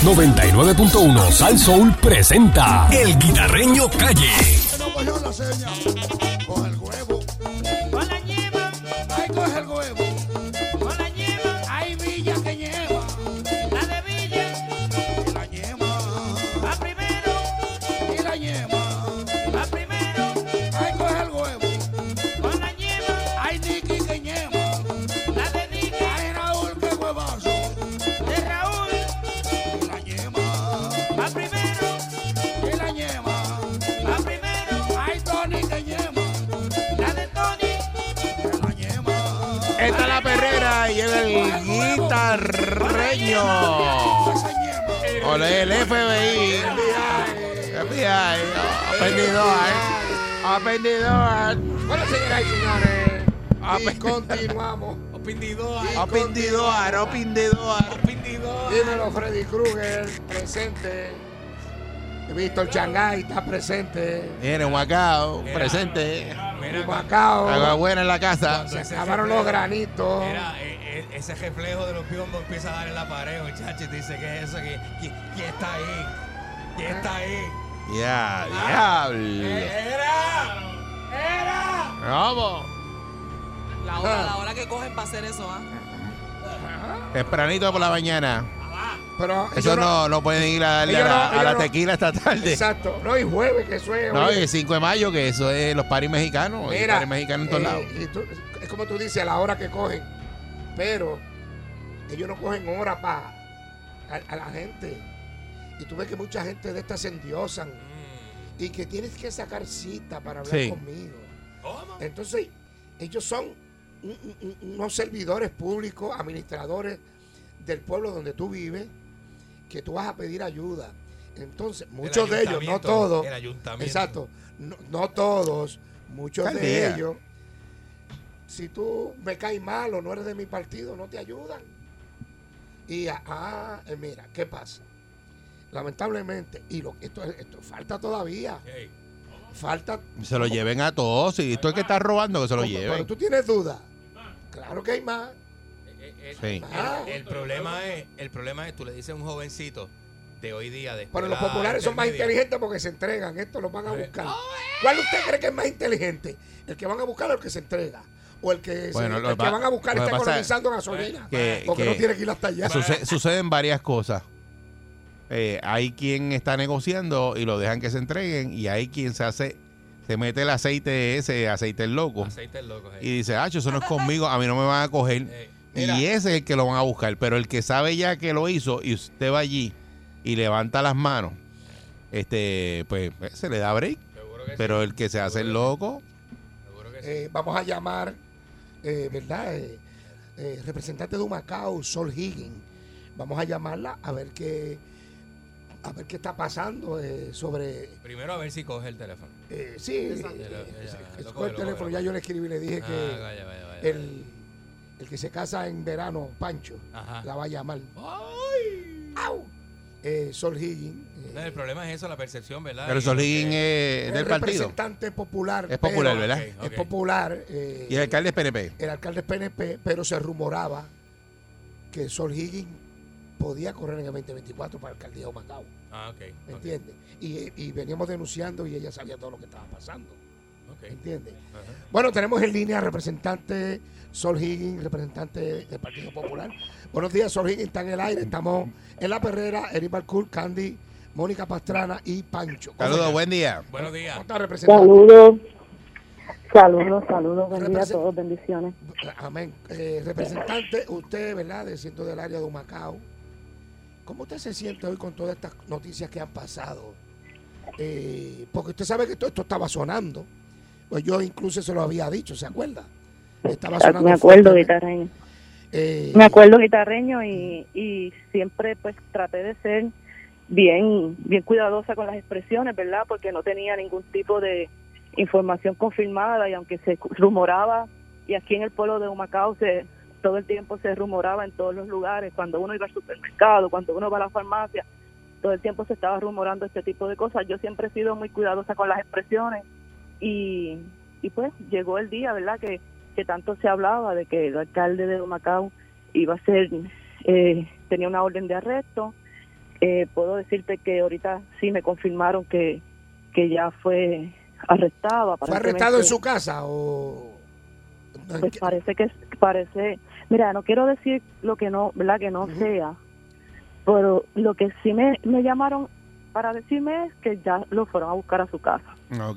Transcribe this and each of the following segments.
99.1 Sal Soul presenta El Guitarreño Calle. No cogió la seña. Coge el huevo. Con la ñema, Ahí coge el huevo. con la ñema, Hay Villa que lleva. la de Villa, Y la ñema. va primero, Y la ñema. va primero, Ahí coge el huevo. con la ñema, Hay Nicky que ñema. la de Nicky, Hay Raúl que huevazo. de Raúl, Y la ñema. va primero, Y la ñema. va primero, Hay Tony que ñema. la de Tony, Y la ñema. Esta es la perrera y el guitarreño. Esa ñema. Ole el FBI. FBI. Apendidor. Bueno, señoras y señores. Y Apendidor. continuamos. Apendidor. Dímelo, Freddy Krueger, presente. Víctor Changay está presente. Viene Humacao, presente. Macao. Agua buena en la casa. Se acabaron los granitos. Mira, ese reflejo de los piombos empieza a dar en la pared, muchachos, y te dice, ¿qué es eso? ¿Quién está ahí? ¿Quién está ahí? Ya, diablo. ¡Era! Vamos. La hora que cogen para hacer eso, ¿ah? Tempranito por la mañana. Pero Eso ellos no pueden ir a darle ellos a la no. tequila esta tarde. Exacto. No, y jueves, que eso es. No, y oye. el 5 de mayo, que eso es los paris mexicanos. Los Mira, paris mexicanos en todos lados. es como tú dices, a la hora que cogen. Pero ellos no cogen hora para a la gente. Y tú ves que mucha gente de estas se endiosan. Y que tienes que sacar cita para hablar Sí. conmigo. ¿Cómo? Entonces, ellos son unos servidores públicos, administradores del pueblo donde tú vives, que tú vas a pedir ayuda. Entonces, muchos de ellos, no ayuntamiento, todos, el ayuntamiento. exacto, no todos, muchos de Alcaldía. ellos, si tú me caes mal o no eres de mi partido, no te ayudan. Y, mira, ¿qué pasa? Lamentablemente, y esto falta todavía, Hey, falta. Se lo lleven a todos. Si esto es que está robando, que se lo Pero lleven. tú tienes dudas. Claro que hay más. Sí. el problema es, tú le dices a un jovencito de hoy día, de Pero los escuela populares son más intermedia, inteligentes porque se entregan. Esto lo van a buscar. ¿Cuál usted cree que es más inteligente? ¿El que van a buscar o el que se entrega? ¿O el que, Bueno, el que van a buscar lo que está pasa economizando gasolina? que- porque que- no tiene que ir hasta allá. Suceden varias cosas. Hay quien está negociando y lo dejan que se entreguen. Y hay quien se mete el aceite el loco. Aceite el loco, hey. Y dice, eso no es conmigo, a mí no me van a coger. Mira. Y ese es el que lo van a buscar. Pero el que sabe ya que lo hizo y usted va allí y levanta las manos, pues se le da break. Seguro que Pero sí. el que se hace el loco, Seguro que sí. Vamos a llamar, ¿verdad? Representante de Humacao, Sol Higgins. Vamos a llamarla a ver qué está pasando sobre. Primero a ver si coge el teléfono. Sí, Lo con el coge, teléfono. Ya yo le escribí y le dije que Vaya. el que se casa en verano, Pancho, Ajá. la va a llamar. ¡Ay! ¡Au! Sol Higgins. No, el problema es eso, la percepción, ¿verdad? pero Y Solín lo que- es del partido. Representante popular. Es popular, pero ¿verdad? Ok, ok. Es popular. Y el alcalde es PNP. El alcalde es PNP, pero se rumoraba que Sol Higgins podía correr en el 2024 para la alcaldía de Humacao. Ah, ok. ¿Me ok, entiendes? Y veníamos denunciando y ella sabía todo lo que estaba pasando. ok. ¿Me entiendes? Ajá. Bueno, tenemos en línea representante Sol Higgins, representante del Partido Popular. Buenos días, Sol Higgins, está en el aire. Estamos en La Perrera, Eric Balcour, Candy, Mónica Pastrana y Pancho. ¿Cómo Saludos, está? buen día. Buenos días. ¿Cómo está, representante? Saludos, buen día a Represent- todos, bendiciones. Amén. Representante, usted, ¿verdad? Siendo del área de Humacao, ¿cómo usted se siente hoy con todas estas noticias que han pasado? Porque usted sabe que todo esto estaba sonando. Pues yo incluso se lo había dicho, ¿se acuerda? Estaba sonando Me acuerdo, fuerte. guitarreño. Eh, Me acuerdo, guitarreño, y siempre pues traté de ser bien cuidadosa con las expresiones, ¿verdad? Porque no tenía ningún tipo de información confirmada, y aunque se rumoraba, y aquí en el pueblo de Humacao todo el tiempo se rumoraba en todos los lugares, cuando uno iba al supermercado, cuando uno va a la farmacia, todo el tiempo se estaba rumorando este tipo de cosas. Yo siempre he sido muy cuidadosa con las expresiones, y pues llegó el día, ¿verdad?, que tanto se hablaba de que el alcalde de Humacao iba a ser, tenía una orden de arresto, puedo decirte que ahorita sí me confirmaron que ya fue arrestado. ¿Fue arrestado en su casa o...? Pues parece, mira, no quiero decir lo que no, ¿verdad? Que no sea, pero lo que sí me llamaron para decirme es que ya lo fueron a buscar a su casa. Ok.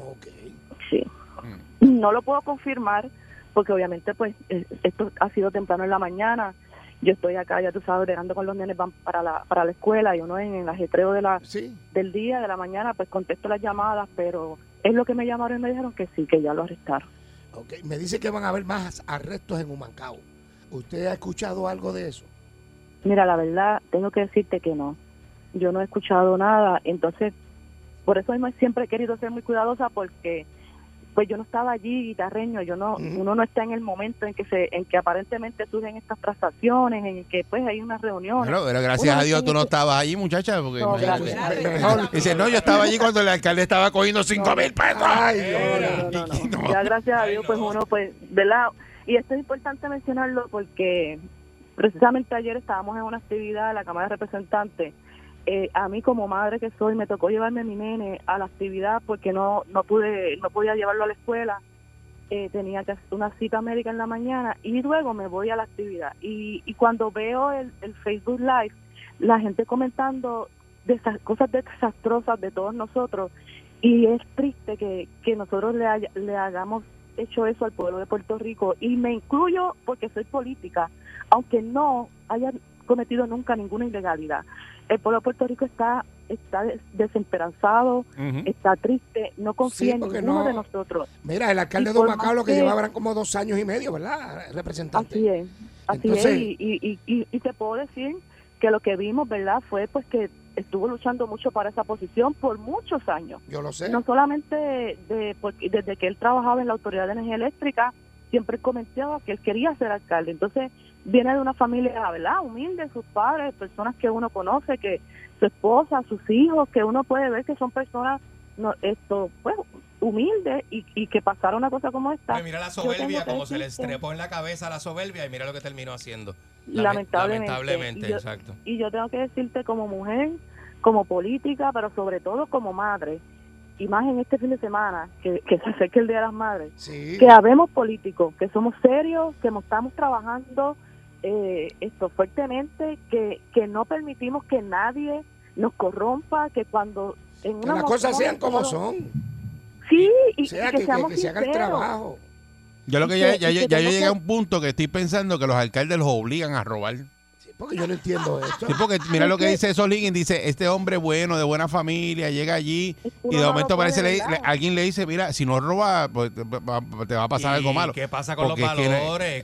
Sí. No lo puedo confirmar porque obviamente pues esto ha sido temprano en la mañana. Yo estoy acá, ya tú sabes, bregando con los nenes, van para la escuela y uno en el ajetreo del día, de la mañana, pues contesto las llamadas, pero es lo que me llamaron y me dijeron que sí, que ya lo arrestaron. Ok, me dice que van a haber más arrestos en Humacao. ¿Usted ha escuchado algo de eso? Mira, la verdad, tengo que decirte que no. Yo no he escuchado nada, entonces, por eso siempre he querido ser muy cuidadosa porque pues yo no estaba allí, guitarreño, uno no está en el momento en que aparentemente surgen estas transacciones, en que pues hay unas reuniones. Pero gracias a Dios tú no estabas allí, muchacha, porque no, dice, no, yo estaba allí cuando el alcalde estaba cogiendo 5,000 pesos. Ay, no. Ya gracias a Dios, pues uno, pues, ¿verdad? Y esto es importante mencionarlo porque precisamente ayer estábamos en una actividad en la Cámara de Representantes. A mí como madre que soy me tocó llevarme a mi nene a la actividad porque no podía llevarlo a la escuela, tenía que hacer una cita médica en la mañana y luego me voy a la actividad y cuando veo el Facebook Live, la gente comentando de esas cosas desastrosas de todos nosotros y es triste que nosotros le hayamos hecho eso al pueblo de Puerto Rico y me incluyo porque soy política, aunque no haya cometido nunca ninguna ilegalidad. El pueblo de Puerto Rico está desesperanzado, está triste, no confía en ninguno de nosotros. Mira, el alcalde de Humacao lo que llevaban como 2 años y medio, ¿verdad, representante? Así es, y te puedo decir que lo que vimos, ¿verdad?, fue pues que estuvo luchando mucho para esa posición por muchos años. Yo lo sé. No solamente desde que él trabajaba en la Autoridad de Energía Eléctrica, siempre comentaba que él quería ser alcalde. Entonces, viene de una familia, ¿verdad?, humilde, sus padres, personas que uno conoce, que su esposa, sus hijos, que uno puede ver que son personas pues humildes y que pasaron una cosa como esta. Pues mira la soberbia, como se le estrepó en la cabeza la soberbia y mira lo que terminó haciendo. Lamentablemente, exacto. Y yo tengo que decirte como mujer, como política, pero sobre todo como madre, y más en este fin de semana, que se acerca el Día de las Madres, que habemos políticos, que somos serios, que estamos trabajando fuertemente, que no permitimos que nadie nos corrompa, que cuando en una las cosas sean como son. Sí, y que se haga el trabajo. Yo lo que ya yo llegué a un punto que estoy pensando que los alcaldes los obligan a robar. Porque yo no entiendo esto. Sí, porque mira lo que dice Solín, dice, este hombre bueno, de buena familia, llega allí y de momento alguien le dice, mira, si no roba, pues te va a pasar algo malo. ¿Qué pasa con los valores?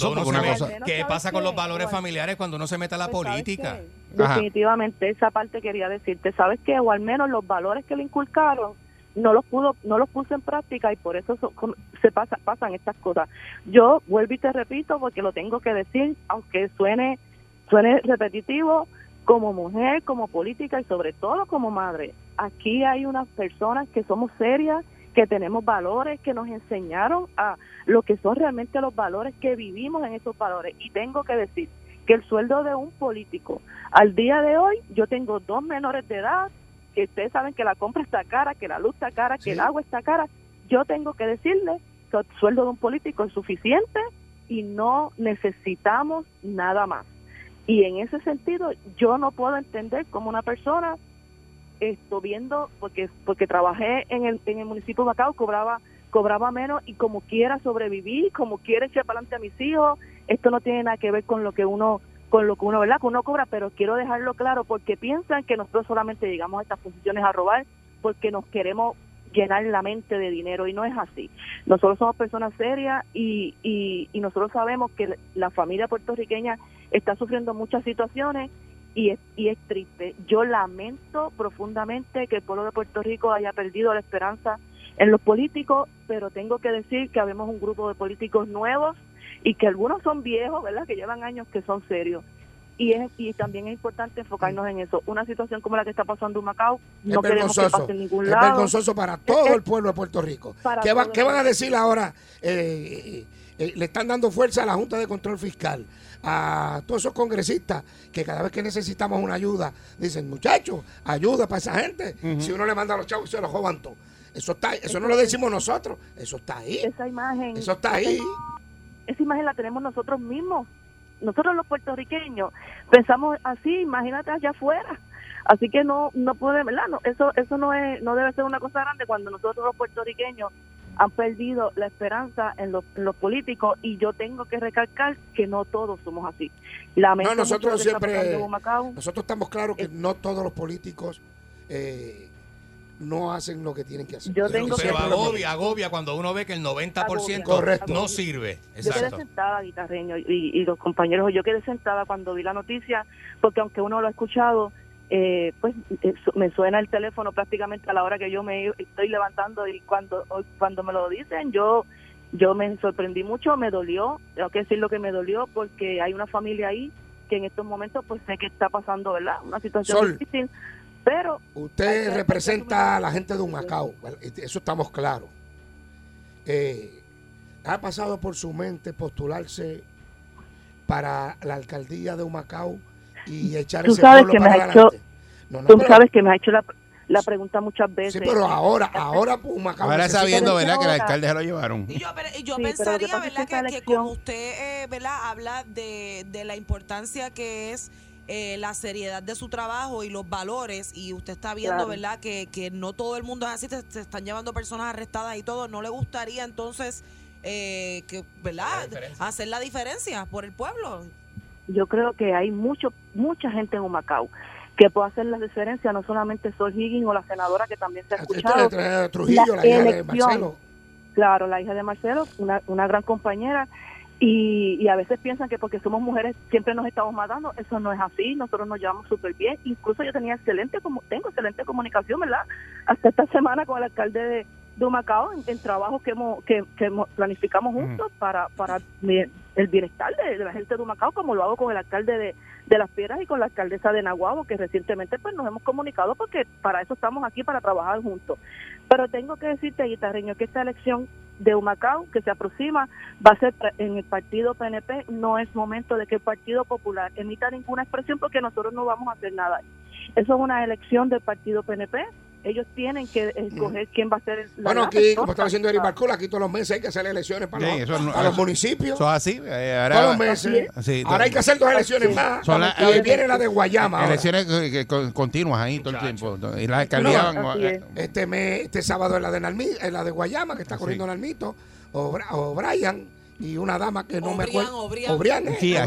¿Qué pasa con los valores familiares cuando uno se mete a la política? Definitivamente, esa parte quería decirte, ¿sabes qué? O al menos los valores que le inculcaron no los puso en práctica y por eso pasan estas cosas. Yo vuelvo y te repito porque lo tengo que decir, aunque suene repetitivo, como mujer, como política y sobre todo como madre. Aquí hay unas personas que somos serias, que tenemos valores, que nos enseñaron a lo que son realmente los valores, que vivimos en esos valores. Y tengo que decir que el sueldo de un político, al día de hoy, yo tengo 2 menores de edad, que ustedes saben que la compra está cara, que la luz está cara, que el agua está cara. Yo tengo que decirles que el sueldo de un político es suficiente y no necesitamos nada más. Y en ese sentido, yo no puedo entender cómo una persona, viendo, porque trabajé en el municipio de Humacao, cobraba menos y como quiera sobrevivir, como quiera echar para adelante a mis hijos. Esto no tiene nada que ver con lo que uno, ¿verdad?, que uno cobra, pero quiero dejarlo claro porque piensan que nosotros solamente llegamos a estas posiciones a robar porque nos queremos llenar la mente de dinero y no es así. Nosotros somos personas serias y nosotros sabemos que la familia puertorriqueña está sufriendo muchas situaciones y es triste. Yo lamento profundamente que el pueblo de Puerto Rico haya perdido la esperanza en los políticos, pero tengo que decir que habemos un grupo de políticos nuevos y que algunos son viejos, ¿verdad?, que llevan años, que son serios. Y también es importante enfocarnos en eso. Una situación como la que está pasando en Humacao, no queremos que pase en ningún lado. Es vergonzoso para todo el pueblo de Puerto Rico. ¿Qué van a decir ahora? Le están dando fuerza a la Junta de Control Fiscal. a todos esos congresistas que cada vez que necesitamos una ayuda, dicen, muchachos, ayuda para esa gente. Si uno le manda a los chavos, se los jodan todo. Eso está ahí, eso no lo decimos nosotros, eso está ahí. Esa imagen. Eso está ahí. Esa imagen la tenemos nosotros mismos. Nosotros los puertorriqueños pensamos así, imagínate allá afuera. Así que no puede, ¿verdad? No, eso no debe ser una cosa grande cuando nosotros los puertorriqueños han perdido la esperanza en los políticos, y yo tengo que recalcar que no todos somos así. Lamento nosotros mucho lo que está pasando siempre, en Humacao. nosotros estamos claros que no todos los políticos no hacen lo que tienen que hacer. Yo tengo Pero que agobia cuando uno ve que el 90% Correcto. no sirve. Yo quedé Exacto. sentada, Guitarreño, y los compañeros, yo quedé sentada cuando vi la noticia, porque aunque uno lo ha escuchado, pues me suena el teléfono prácticamente a la hora que yo me estoy levantando, y cuando me lo dicen, yo me sorprendí mucho, me dolió, tengo que decir lo que me dolió, porque hay una familia ahí que en estos momentos pues sé que está pasando, ¿verdad? Una situación Sol, difícil, pero usted representa a la gente de Humacao, eso estamos claros. ¿Ha pasado por su mente postularse para la alcaldía de Humacao y echar Tú ese sabes pueblo que me para has hecho- adelante? tú pero- sabes que me has hecho la pregunta muchas veces. Sí, pero ahora pues, Humacao Ahora necesita- sabiendo, ¿verdad? Que el ahora- alcalde se lo llevaron. Y yo Sí, pero lo que pensaría, pasa es que ¿verdad? esta Que elección- como usted, ¿verdad? Habla de la importancia que es la seriedad de su trabajo y los valores, y usted está viendo, Claro. ¿verdad? Que no todo el mundo es así, se están llevando personas arrestadas y todo. ¿No le gustaría entonces, que, ¿verdad? Hacer la diferencia por el pueblo? Yo creo que hay mucha gente en Humacao que puede hacer la diferencia, no solamente Sol Higgins o la senadora que también se ha escuchado. Trujillo, la hija de elección. Marcelo. Claro, la hija de Marcelo, una gran compañera, y a veces piensan que porque somos mujeres siempre nos estamos matando. Eso no es así, nosotros nos llevamos súper bien. Incluso yo tengo excelente comunicación, ¿verdad? Hasta esta semana con el alcalde de Humacao en trabajos que planificamos juntos para el bienestar de la gente de Humacao, como lo hago con el alcalde de Las Piedras y con la alcaldesa de Naguabo, que recientemente pues nos hemos comunicado, porque para eso estamos aquí, para trabajar juntos. Pero tengo que decirte, Guitarreño, que esta elección de Humacao que se aproxima va a ser en el partido PNP. No es momento de que el Partido Popular emita ninguna expresión, porque nosotros no vamos a hacer nada. Eso es una elección del partido PNP. Ellos tienen que escoger quién va a ser Bueno, aquí, como estaba diciendo Eric Barcola, aquí todos los meses hay que hacer elecciones para, Sí, eso no- para los municipios. Eso es así. Todos los Ahora, meses. sí, Ahora hay que hacer 2 elecciones más. Son Y ahí viene la de Guayama. ahora. elecciones continuas ahí todo el tiempo. Y la alcaldía No, así es. Este sábado es la de Guayama, que está corriendo Nalmito, o Brian, y una dama que no me O'Brien, acuerdo. O'Brien. Kia.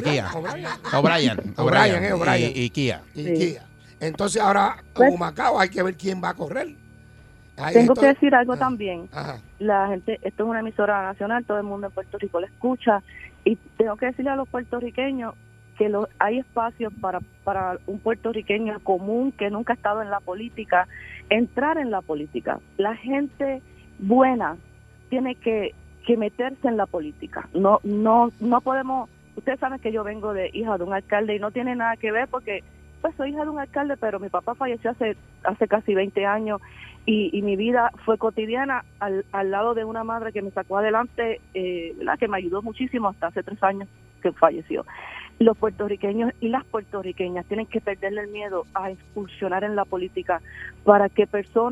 O'Brien y Kia. Y Sí. Kia. Entonces ahora, Pues- como Macao, hay que ver quién va a correr. Ahí Tengo estoy- que decir algo Ah, también. Ajá. La gente, esto es una emisora nacional, todo el mundo en Puerto Rico la escucha, y tengo que decirle a los puertorriqueños que hay espacios para un puertorriqueño común que nunca ha estado en la política, entrar en la política. La gente buena tiene que meterse en la política. No podemos. Ustedes saben que yo vengo de hija de un alcalde y no tiene nada que ver, porque pues soy hija de un alcalde, pero mi papá falleció hace casi 20 años y mi vida fue cotidiana al lado de una madre que me sacó adelante, ¿verdad? Que me ayudó muchísimo hasta hace 3 años que falleció. Los puertorriqueños y las puertorriqueñas tienen que perderle el miedo a incursionar en la política para que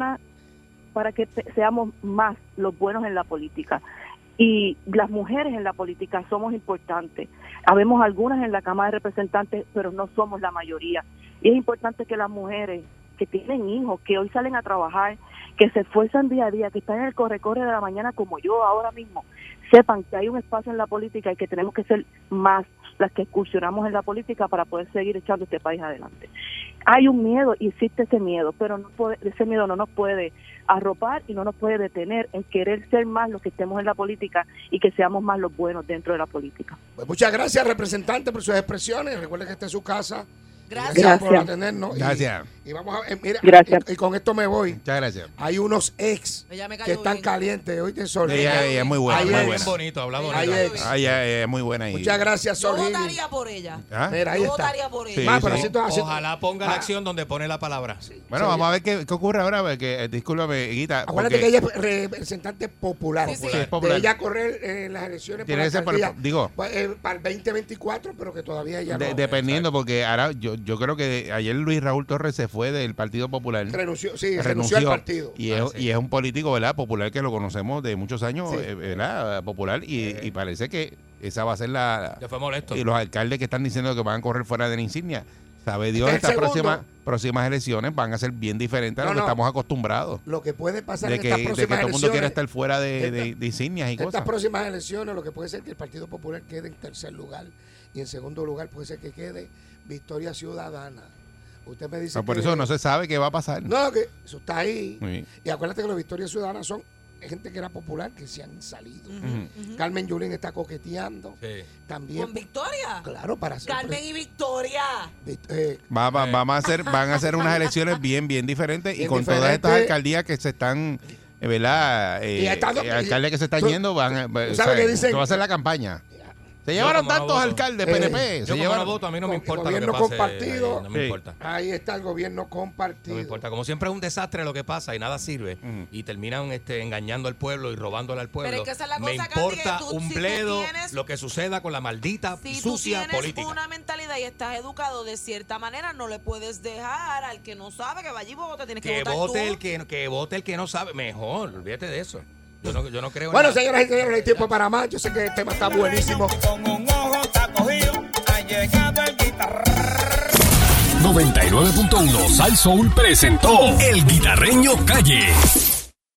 seamos más los buenos en la política. Y las mujeres en la política somos importantes. Habemos algunas en la Cámara de Representantes, pero no somos la mayoría. Y es importante que las mujeres que tienen hijos, que hoy salen a trabajar, que se esfuerzan día a día, que están en el corre-corre de la mañana como yo ahora mismo, sepan que hay un espacio en la política y que tenemos que ser más las que excursionamos en la política para poder seguir echando este país adelante. Hay un miedo y existe ese miedo, pero ese miedo no nos puede arropar y no nos puede detener en querer ser más los que estemos en la política y que seamos más los buenos dentro de la política. Pues muchas gracias, representante, por sus expresiones. Recuerde que esta es su casa Gracias. por atendernos. Gracias. Y vamos a mira, Gracias. y con esto me voy. Muchas gracias. Hay unos ex Ella me cayó que están bien. calientes. Oíste, Sol. Ella es muy buena, Ahí muy es. Bien buena. bonito, habla bonito. Ahí es. Ella es muy buena. Muchas gracias, Yo Sol Gili. votaría por ella. ¿Ah? Mira, ahí Yo está. votaría por ella. Sí, Ma, pero sí. así- Ojalá ponga la Ah. acción donde pone la palabra. Bueno, Sí. vamos a ver qué ocurre ahora, porque, discúlpame, Guita. Acuérdate que ella es representante popular. Sí, sí. Sí, es popular. De ella correr las elecciones Tiene por que ser la por- alcaldía, digo- para el 2024, pero que todavía ella no dependiendo, porque ahora yo creo que ayer Luis Raúl Torres se fue del Partido Popular. renunció al partido. Y es un político, ¿verdad? Popular, que lo conocemos de muchos años, Sí. ¿verdad? Popular. Y parece que esa va a ser la... Ya fue molesto. Y los alcaldes que están diciendo que van a correr fuera de la insignia. Sabe Dios, El estas segundo. próximas elecciones van a ser bien diferentes a lo No, que no. estamos acostumbrados. Lo que puede pasar De en que, estas de que próximas todo el mundo quiera elecciones, estar fuera de insignias y estas cosas. próximas elecciones, lo que puede ser que el Partido Popular quede en tercer lugar y en segundo lugar puede ser que quede Victoria Ciudadana. Usted me dice No, por que- eso no se sabe qué va a pasar. No, que eso está ahí. Sí. Y acuérdate que los Victoria Ciudadana son gente que era popular que se han salido. Ujú. Carmen Yulín está coqueteando Sí. también. ¿Con Victoria? Claro, para ser Carmen y Victoria. Van a hacer unas elecciones bien diferentes y Bien con todas diferentes. estas alcaldías que se están, ¿verdad? Y Alcaldes que se están tú- yendo, tú sabes que dicen- esto va a ser la campaña. Se Yo llevaron como no tantos voto. alcaldes PNP. Yo Se como llevaron. no voto, a mí no me Con- importa lo que gobierno pase. compartido. ahí, no me Sí. importa. Ahí está el gobierno compartido. No me importa. Como siempre es un desastre lo que pasa y nada sirve. Y terminan engañando al pueblo y robándole al pueblo. Pero es que esa es la me cosa, Candy, importa que tú- un si tú bledo tienes- lo que suceda con la maldita Si tú sucia tienes política. una mentalidad y estás educado de cierta manera, no le puedes dejar al que no sabe que vaya y vote. Tienes que Que votar vote tú. que vote el que no sabe. Mejor, olvídate de eso. Yo no creo en Bueno, nada. señoras y señores, no hay tiempo para más. Yo sé que el tema está buenísimo. Con un ojo está cogido, ha llegado el guitarrero. 99.1 Sal Soul presentó El Guitarreño Calle.